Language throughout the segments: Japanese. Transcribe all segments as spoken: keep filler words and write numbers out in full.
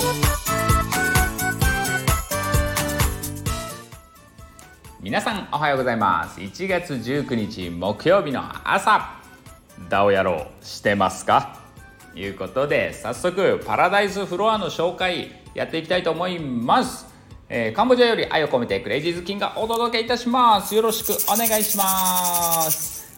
皆さんおはようございます。いちがつじゅうくにち木曜日の朝、ダオ野郎してますかということで、早速パラダイスフロアの紹介やっていきたいと思います。えー、カンボジアより愛を込めてクレイジーズキンがお届けいたします。よろしくお願いします。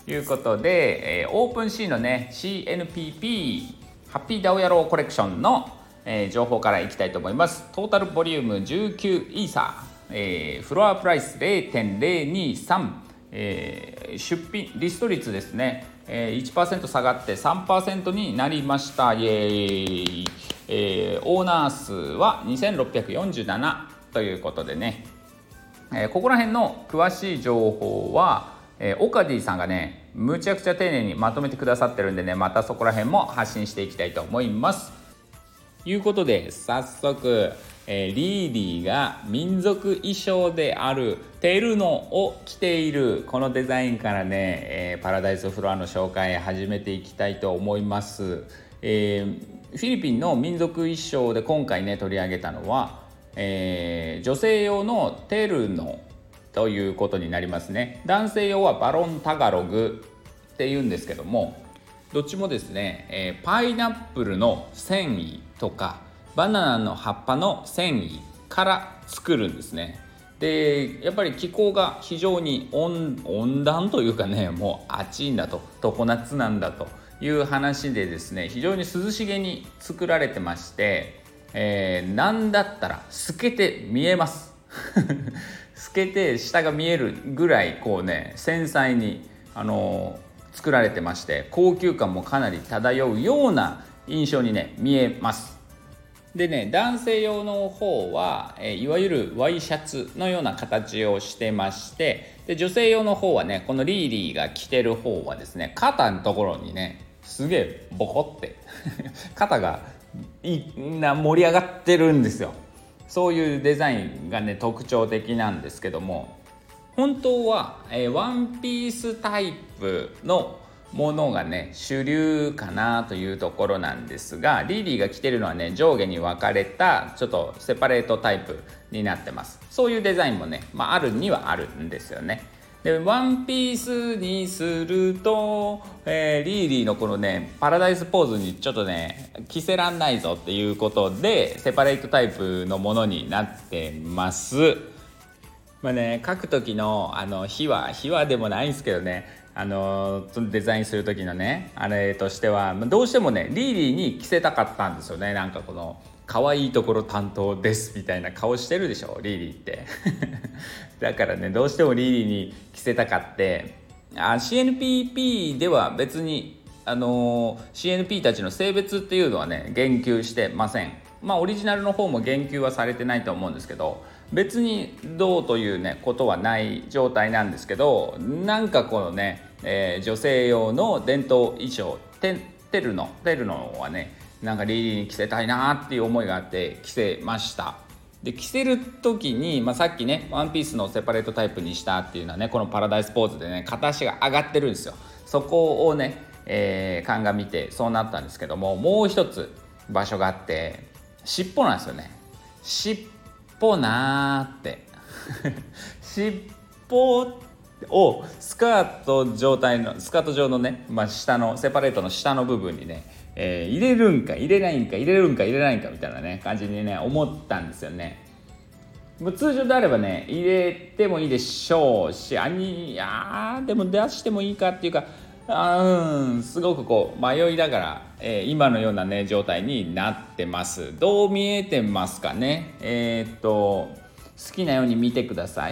ということで、えー、オープンシーのね シーエヌピーピー ハッピーダオ野郎コレクションの、えー、情報からいきたいと思います。トータルボリュームじゅうきゅうイーサー、えー、フロアプライス ゼロてんゼロにさん、えー、出品リスト率ですね、えー、いちパーセント 下がって さんパーセント になりました。イエーイ、えー、オーナー数はにせんろっぴゃくよんじゅうななということでね、えー、ここら辺の詳しい情報は、えー、オカディさんがねむちゃくちゃ丁寧にまとめてくださってるんでね、またそこら辺も発信していきたいと思います。ということで早速、えー、リーディが民族衣装であるテルノを着ているこのデザインからね、えー、パラダイスフロアの紹介始めていきたいと思います。えー、フィリピンの民族衣装で今回ね取り上げたのは、えー、女性用のテルノということになりますね。男性用はバロンタガログっていうんですけども、どっちもですね、えー、パイナップルの繊維とかバナナの葉っぱの繊維から作るんですね。でやっぱり気候が非常に 温, 温暖というかね、もう暑いんだと、常夏なんだという話でですね、非常に涼しげに作られてまして、えー、なんだったら透けて見えます透けて下が見えるぐらいこうね繊細にあのー、作られてまして、高級感もかなり漂うような印象にね見えます。でね、男性用の方は、えー、いわゆるワイシャツのような形をしてまして、で女性用の方はね、このリーリーが着てる方はですね、肩のところにねすげえボコって肩がいな盛り上がってるんですよ。そういうデザインがね特徴的なんですけども、本当は、えー、ワンピースタイプのものがね主流かなというところなんですが、リリーが着てるのはね上下に分かれたちょっとセパレートタイプになってます。そういうデザインもね、まあ、あるにはあるんですよね。でワンピースにすると、えー、リーリーのこのねパラダイスポーズにちょっとね着せらんないぞっていうことでセパレートタイプのものになってます。まあね、書く時のあの秘話秘話でもないんですけどね、あのデザインする時のねあれとしてはどうしてもねリーリーに着せたかったんですよね。なんかこの可愛いところ担当ですみたいな顔してるでしょリーリーってだからねどうしてもリーリーに着せたかってあ シーエヌピーピー では別にあの シーエヌピー たちの性別っていうのはね言及してません。まあオリジナルの方も言及はされてないと思うんですけど、別にどうというねことはない状態なんですけど、なんかこのね、えー、女性用の伝統衣装テテルノテルノはねなんかリーリーに着せたいなっていう思いがあって着せました。で着せる時に、まあ、さっきねワンピースのセパレートタイプにしたっていうのはね、このパラダイスポーズでね片足が上がってるんですよ。そこをね、えー、鑑みてそうなったんですけども、もう一つ場所があって尻尾なんですよね。尻尾なーって尻尾をスカート状態のスカート状のね、まあ、下のセパレートの下の部分にね、えー、入れるんか入れないんか入れるんか入れないんかみたいなね感じにね思ったんですよね。通常であればね入れてもいいでしょうし、あにいやでも出してもいいかっていうか、あうんすごくこう迷いながら、えー、今のようなね状態になってます。どう見えてますかね。えー、っと好きなように見てください、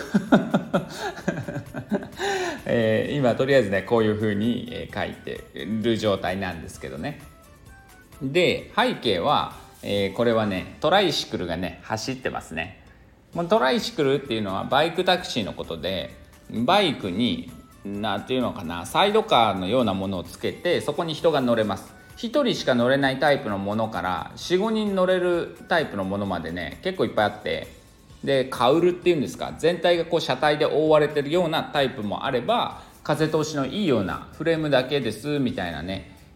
えー、今とりあえずねこういう風に、えー、書いてる状態なんですけどね。で背景は、えー、これはねトライシクルがね走ってますね。トライシクルっていうのはバイクタクシーのことで、バイクになんていうのかなサイドカーのようなものをつけてそこに人が乗れます。ひとりしか乗れないタイプのものから よん,ご 人乗れるタイプのものまでね結構いっぱいあって、でカウルっていうんですか、全体がこう車体で覆われてるようなタイプもあれば、風通しのいいようなフレームだけですみたいなね、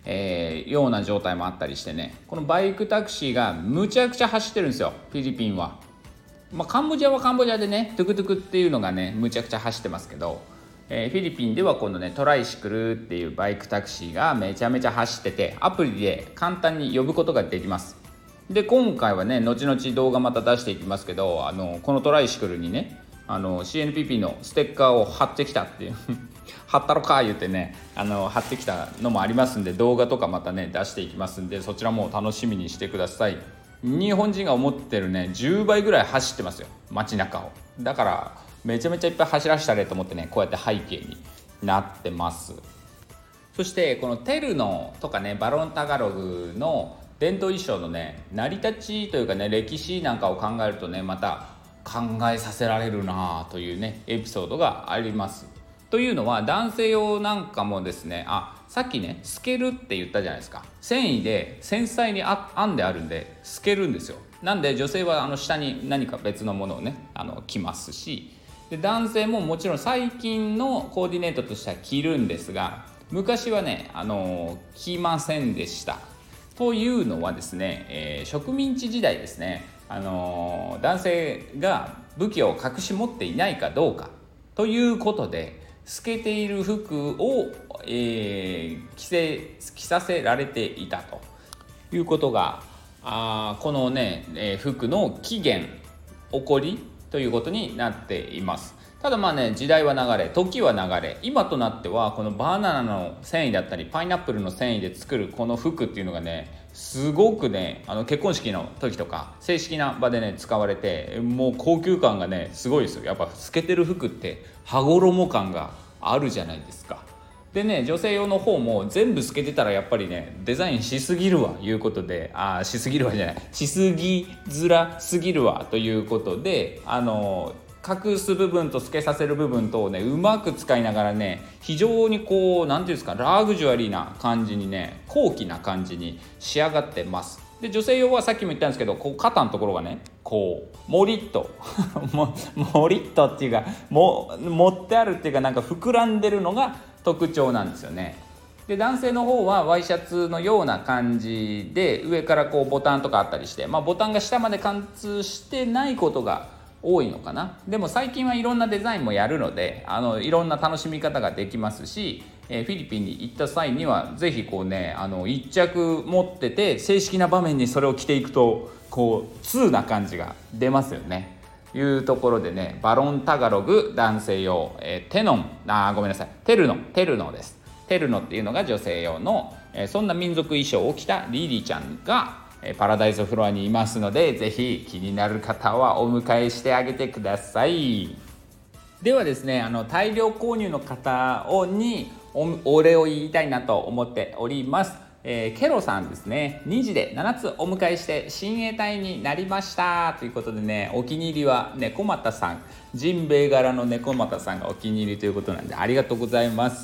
えー、ような状態もあったりしてね、このバイクタクシーがむちゃくちゃ走ってるんですよ、フィリピンは。まあ、カンボジアはカンボジアでね、トゥクトゥクっていうのがねむちゃくちゃ走ってますけど、えー、フィリピンでは今度ねトライシクルっていうバイクタクシーがめちゃめちゃ走ってて、アプリで簡単に呼ぶことができます。で今回はね後々動画また出していきますけど、あのこのトライシクルにねあの シーエヌピーピー のステッカーを貼ってきたっていう貼ったろか言ってねあの貼ってきたのもありますんで、動画とかまたね出していきますんで、そちらも楽しみにしてください。日本人が思ってるねじゅうばいぐらい走ってますよ、街中を。だからめちゃめちゃいっぱい走らせたれと思ってね、こうやって背景になってます。そしてこのテルノとかねバロンタガログの伝統衣装のね成り立ちというかね歴史なんかを考えるとね、また考えさせられるなというねエピソードがあります。というのは男性用なんかもですね、あさっきね透けるって言ったじゃないですか。繊維で繊細に編んであるんで透けるんですよ。なんで女性はあの下に何か別のものをねあの着ますし、で男性ももちろん最近のコーディネートとしては着るんですが、昔はねあの着ませんでした。というのはですね、えー、植民地時代ですね、あの男性が武器を隠し持っていないかどうかということで透けている服を、えー、着せ着させられていたということが、あこのね、えー、服の起源起こりということになっています。ただまあね時代は流れ時は流れ、今となってはこのバナナの繊維だったりパイナップルの繊維で作るこの服っていうのがねすごくねあの結婚式の時とか正式な場でね使われて、もう高級感がねすごいですよ。やっぱ透けてる服って羽衣感があるじゃないですか。でね女性用の方も全部透けてたらやっぱりねデザインしすぎるわいうことで、あしすぎるわじゃないしすぎづらすぎるわということで、あの隠す部分と透けさせる部分とをねうまく使いながらね、非常にこうなんていうんですかラグジュアリーな感じにね高貴な感じに仕上がってます。で女性用はさっきも言ったんですけど、こう肩のところがねこうモリッともモリッとっていうかも持ってあるっていうかなんか膨らんでるのが特徴なんですよね。で男性の方はワイシャツのような感じで上からこうボタンとかあったりして、まあ、ボタンが下まで貫通してないことが多いのかな。でも最近はいろんなデザインもやるので、あのいろんな楽しみ方ができますし、えー、フィリピンに行った際にはぜひこうねあの一着持ってて正式な場面にそれを着ていくとこう通な感じが出ますよね。いうところでねバロンタガログ男性用、えー、テノンあごめんなさいテルノテルノです。テルノっていうのが女性用の、えー、そんな民族衣装を着たリリちゃんがパラダイスフロアにいますので、ぜひ気になる方はお迎えしてあげてください。ではですねあの大量購入の方をに お, お礼を言いたいなと思っております。えー、ケロさんですね、にじでななつお迎えして親衛隊になりましたということでね、お気に入りは猫又さん、ジンベエ柄の猫又さんがお気に入りということなんでありがとうございます。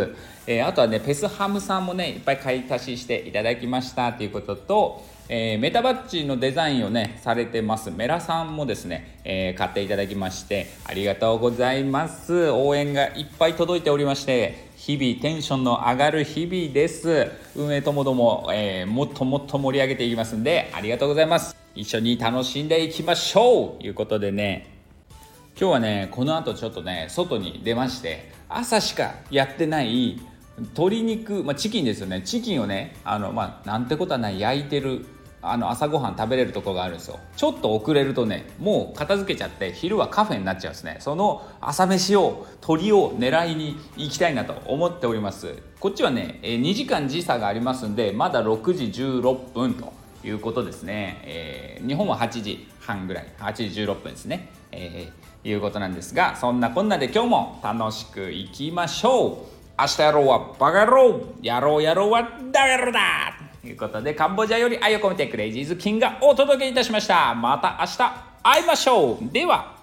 えー、あとはねペスハムさんもねいっぱい買い足ししていただきましたということと、えー、メタバッジのデザインをねされてますメラさんもですね、えー、買っていただきましてありがとうございます。応援がいっぱい届いておりまして日々テンションの上がる日々です。運営ともども、えー、もっともっと盛り上げていきますんでありがとうございます。一緒に楽しんでいきましょうということでね、今日はねこの後ちょっとね外に出まして、朝しかやってない鶏肉、まあ、チキンですよね。チキンをねあの、まあ、なんてことはない焼いてるあの朝ごはん食べれるところがあるんですよ。ちょっと遅れるとねもう片付けちゃって昼はカフェになっちゃうんですね。その朝飯を鶏を狙いに行きたいなと思っております。こっちはねにじかん時差がありますんでまだろくじじゅうろっぷんということですね。えー、日本ははちじはんぐらいはちじじゅうろっぷんですね、えー、いうことなんですが、そんなこんなで今日も楽しくいきましょう。明日やろうはバカ野郎、やろうやろうはダメ野郎だということで、カンボジアより愛を込めてクレイジーズキンがお届けいたしました。また明日会いましょう。では。